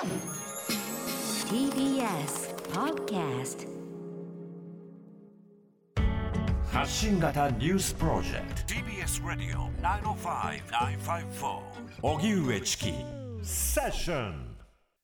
TBS Podcast 発信型ニュースプロジェクト TBS ラディオ905-954おぎゅうえちきセッション。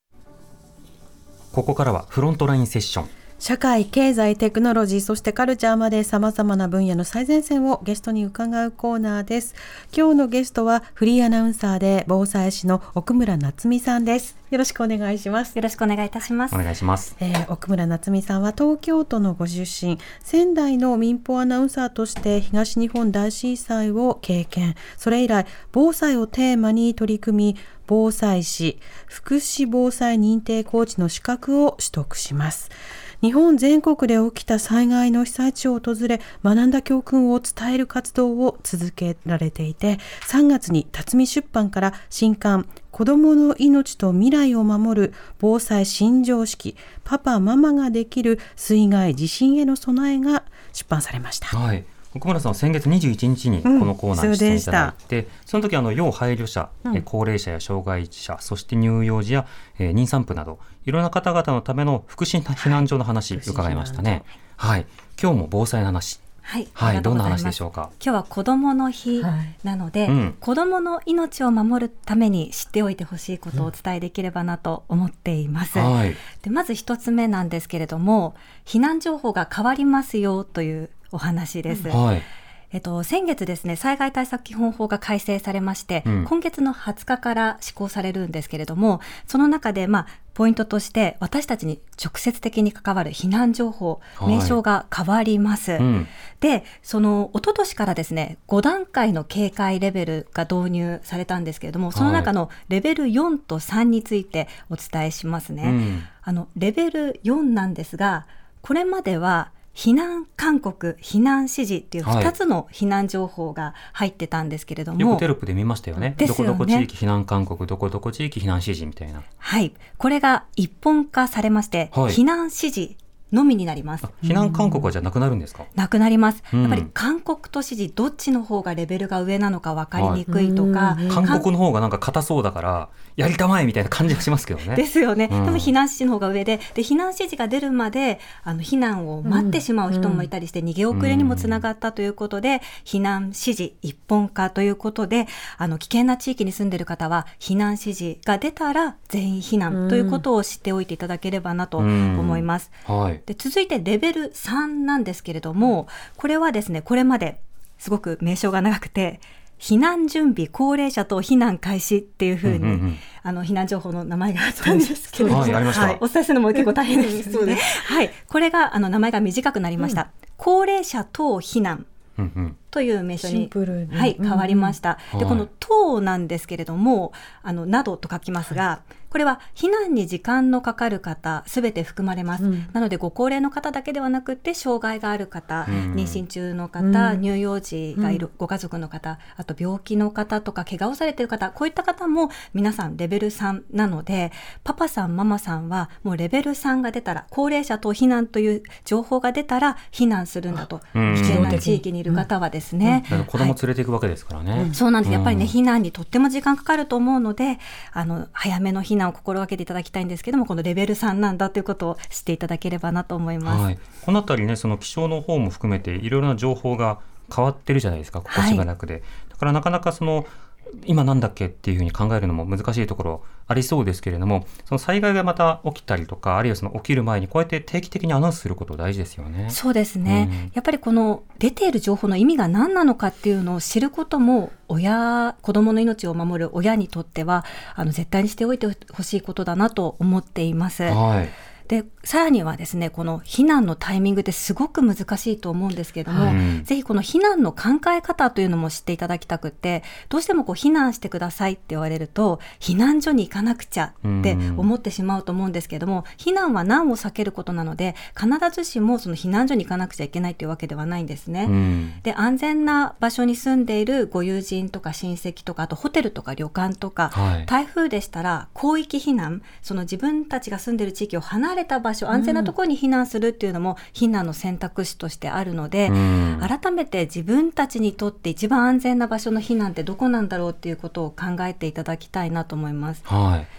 ここからはフロントラインセッション。 社会、経済、テクノロジー、そしてカルチャーまで様々な分野の最前線をゲストに伺うコーナーです。今日のゲストはフリーアナウンサーで防災士の奥村夏美さんです。よろしくお願いします。 よろしくお願いいたします。 お願いします。 奥村夏美さんは東京都のご出身、仙台の民放アナウンサーとして東日本大震災を経験。それ以来防災をテーマに取り組み、防災士、福祉防災認定コーチの資格を取得します。日本全国で起きた災害の被災地を訪れ、学んだ教訓を伝える活動を続けられていて、3月に辰巳出版から新刊子どもの命と未来を守る防災新常識、パパママができる水害地震への備えが出版されました。 はい、奥村さんは先月21日にこのコーナーに出演いただいて、その時要配慮者、高齢者や障害者、そして乳幼児や、妊産婦などいろんな方々のための福祉避難所の話伺いましたね。はい、今日も防災の話、はい、どんな話でしょうか。 今日は子どもの日なので、子どもの命を守るために知っておいてほしいことをお伝えできればなと思っています。でまず一つ目なんですけれども、避難情報が変わりますよというお話です。先月ですね、災害対策基本法が改正されまして、今月の20日から施行されるんですけれども、その中でポイントとして私たちに直接的に関わる避難情報、名称が変わります。で、一昨年からですね、5段階の警戒レベルが導入されたんですけれども、その中のレベル4と3についてお伝えしますね。レベル4なんですが、これまでは避難勧告、避難指示っていう2つの避難情報が入ってたんですけれども、 よくテロップで見ましたよね。 ですよね。 どこどこ地域避難勧告、どこどこ地域避難指示みたいな。 はい、これが一本化されまして、避難指示のみになります。 避難勧告はじゃなくなるんですか。 なくなります。やっぱり勧告と指示どっちの方がレベルが上なのか分かりにくいとか、 勧告の方がなんか硬そうだからやりたまえみたいな感じがしますけどね。 ですよね。でも避難指示の方が上で、避難指示が出るまで避難を待ってしまう人もいたりして、逃げ遅れにもつながったということで、避難指示一本化ということで、危険な地域に住んでいる方は避難指示が出たら全員避難ということを知っておいていただければなと思います。で続いてレベル3なんですけれども、これはですね、これまですごく名称が長くて、避難準備、高齢者等避難開始っていう風に、避難情報の名前があったんですけれども、お伝えするのも結構大変ですよね。これが名前が短くなりました。高齢者等避難という名称に、変わりました。でこの等なんですけれども、などと書きますが、これは避難に時間のかかる方すべて含まれます。なのでご高齢の方だけではなくて、障害がある方、妊娠中の方、乳幼児がいるご家族の方、あと病気の方とか怪我をされている方、こういった方も皆さんレベル3なので、パパさんママさんはもうレベル3が出たら、高齢者等避難という情報が出たら避難するんだと。危険な地域にいる方はですね、 子供連れていくわけですからね。 そうなんです。やっぱりね、避難にとっても時間かかると思うので、早めの避難を心がけていただきたいんですけども、このレベル3なんだということを知っていただければなと思います。 このあたりね、その気象の方も含めていろいろな情報が変わってるじゃないですか、ここしばらくで。だからなかなか今なんだっけっていうふうに考えるのも難しいところありそうですけれども、その災害がまた起きたりとか、あるいは起きる前にこうやって定期的にアナウンスすること大事ですよね。 そうですね、やっぱりこの出ている情報の意味が何なのかっていうのを知ることも、子どもの命を守る親にとっては絶対にしておいてほしいことだなと思っています。でさらにはですね、この避難のタイミングってすごく難しいと思うんですけれども、ぜひこの避難の考え方というのも知っていただきたくて、どうしても避難してくださいって言われると、避難所に行かなくちゃって思ってしまうと思うんですけれども、避難は難を避けることなので、必ずしもその避難所に行かなくちゃいけないというわけではないんですね。で安全な場所に住んでいるご友人とか親戚とか、あとホテルとか旅館とか、台風でしたら広域避難、その自分たちが住んでいる地域を離れた場所、安全なところに避難するっていうのも避難の選択肢としてあるので、改めて自分たちにとって一番安全な場所の避難ってどこなんだろうっていうことを考えていただきたいなと思います。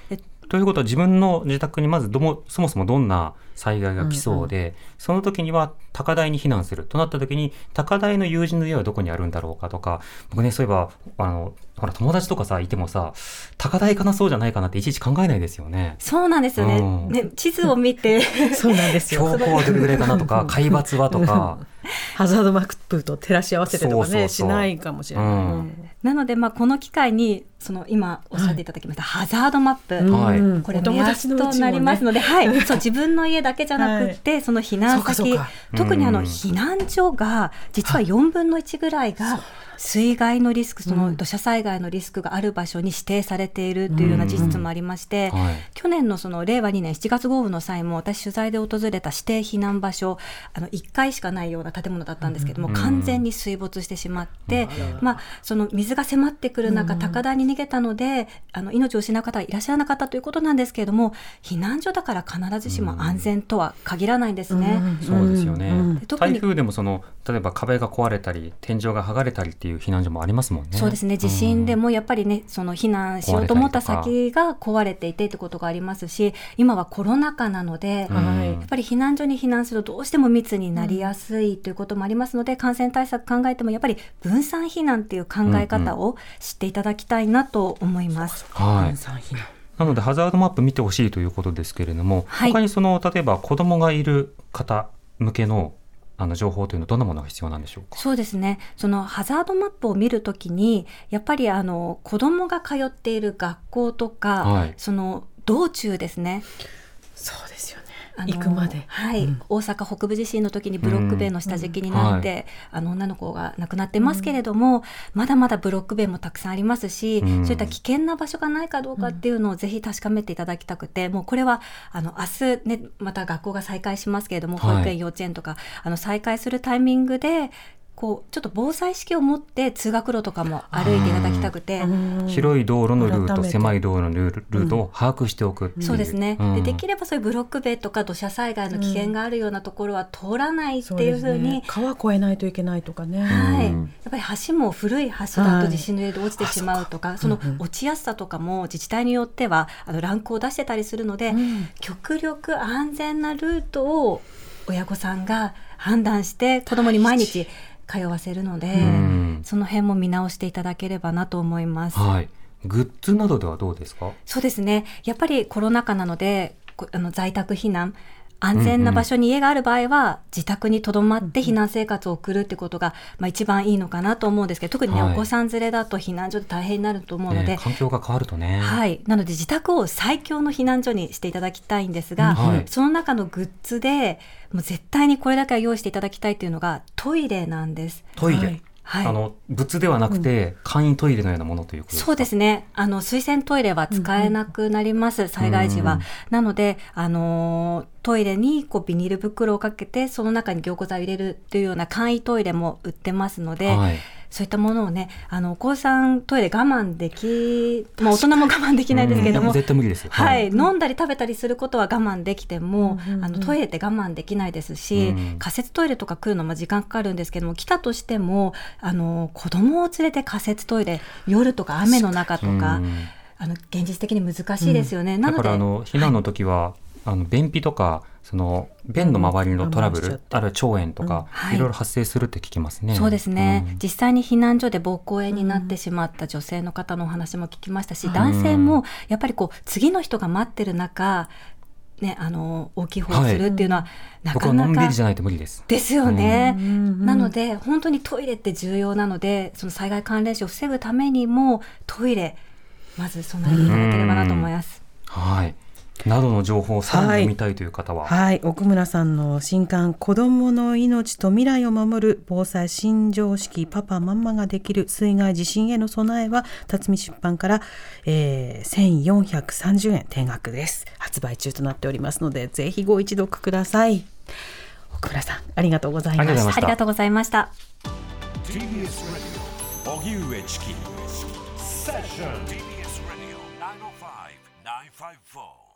ということは自分の自宅にまずそもそもどんな災害が来そうで、その時には高台に避難するとなった時に高台の友人の家はどこにあるんだろうかとか、僕ねそういえばほら友達とかさいてもさ高台かなそうじゃないかなっていちいち考えないですよね。 そうなんですよね。ね、地図を見てそうなんですよ。 標高はどれぐらいかなとか海抜はとかハザードマップと照らし合わせてとかね、しないかもしれない。なのでこの機会に今おっしゃっていただきました、ハザードマップ、これ目安となりますので、そう自分の家だけじゃなくて、その避難先、特に避難所が実は4分の1ぐらいが水害のリスク、その土砂災害のリスクがある場所に指定されているというような事実もありまして、去年のその令和2年7月豪雨の際も私取材で訪れた指定避難場所1階しかないような建物だったんですけども、完全に水没してしまって、その水が迫ってくる中、高台に逃げたので命を失う方はいらっしゃらなかったということなんですけれども、避難所だから必ずしも安全とは限らないんですね。 そうですよね。台風でも例えば壁が壊れたり天井が剥がれたりっていう避難所もありますもんね。 そうですね。地震でもやっぱりね、その避難しようと思った先が壊れていてってことがありますし、今はコロナ禍なので、やっぱり避難所に避難するとどうしても密になりやすいということもありますので、感染対策考えてもやっぱり分散避難っていう考え方を知っていただきたいなと思います。 分散避難なのでハザードマップ見てほしいということですけれども、他に例えば子どもがいる方向けの情報というのはどんなものが必要なんでしょうか。 そうですね。そのハザードマップを見るときにやっぱり子どもが通っている学校とか、その道中ですね。 そうですよね。行くまで、 大阪北部地震の時にブロック塀の下敷きになって、女の子が亡くなってますけれども、まだまだブロック塀もたくさんありますし、そういった危険な場所がないかどうかっていうのをぜひ確かめていただきたくて、もうこれは明日ね、また学校が再開しますけれども、保育園幼稚園とか再開するタイミングでちょっと防災意識を持って通学路とかも歩いていただきたくて、 広い道路のルート、狭い道路のルートを把握しておくっていう。 そうですね。できればそういうブロック塀とか土砂災害の危険があるようなところは通らないっていうふうに、 川越えないといけないとかね。 やっぱり橋も古い橋だと地震の揺れで落ちてしまうとか、その落ちやすさとかも自治体によってはランクを出してたりするので、極力安全なルートを親御さんが判断して子どもに毎日通わせるので、その辺も見直していただければなと思います。 グッズなどではどうですか。 そうですね。やっぱりコロナ禍なので在宅避難、安全な場所に家がある場合は自宅に留まって避難生活を送るってことが一番いいのかなと思うんですけど、特にね、お子さん連れだと避難所で大変になると思うので、 環境が変わるとね。 なので自宅を最強の避難所にしていただきたいんですが、その中のグッズでもう絶対にこれだけは用意していただきたいというのがトイレなんです。 トイレ、物ではなくて簡易トイレのようなものということですか。 そうですね。水洗トイレは使えなくなります、災害時は。なのでトイレにビニール袋をかけてその中に凝固剤を入れるというような簡易トイレも売ってますので、そういったものをね、お子さんトイレ我慢でき、大人も我慢できないですけども、 絶対無理ですよ。 飲んだり食べたりすることは我慢できても、トイレって我慢できないですし、仮設トイレとか来るのも時間かかるんですけども、来たとしても子供を連れて仮設トイレ、夜とか雨の中とか、現実的に難しいですよね。なのでだから避難の時は、便秘とか便の周りのトラブル、あるいは腸炎とか、いろいろ発生するって聞きますね。 そうですね。実際に避難所で膀胱炎になってしまった女性の方のお話も聞きましたし、男性もやっぱり次の人が待ってる中ね、大きい方をするっていうのは、なかなか僕はのんびりじゃないと無理ですよね。なので本当にトイレって重要なので、その災害関連死を防ぐためにもトイレまず備えていただければなと思います。 などの情報をさらに読みたいという方は、 奥村さんの新刊、子どもの命と未来を守る防災新常識、パパママができる水害地震への備えは、辰巳出版から、1430円定額です。発売中となっておりますので、ぜひご一読ください。奥村さん、ありがとうございました。 ありがとうございました。 TBS Radio 荻上チキセッション TBS Radio 905-954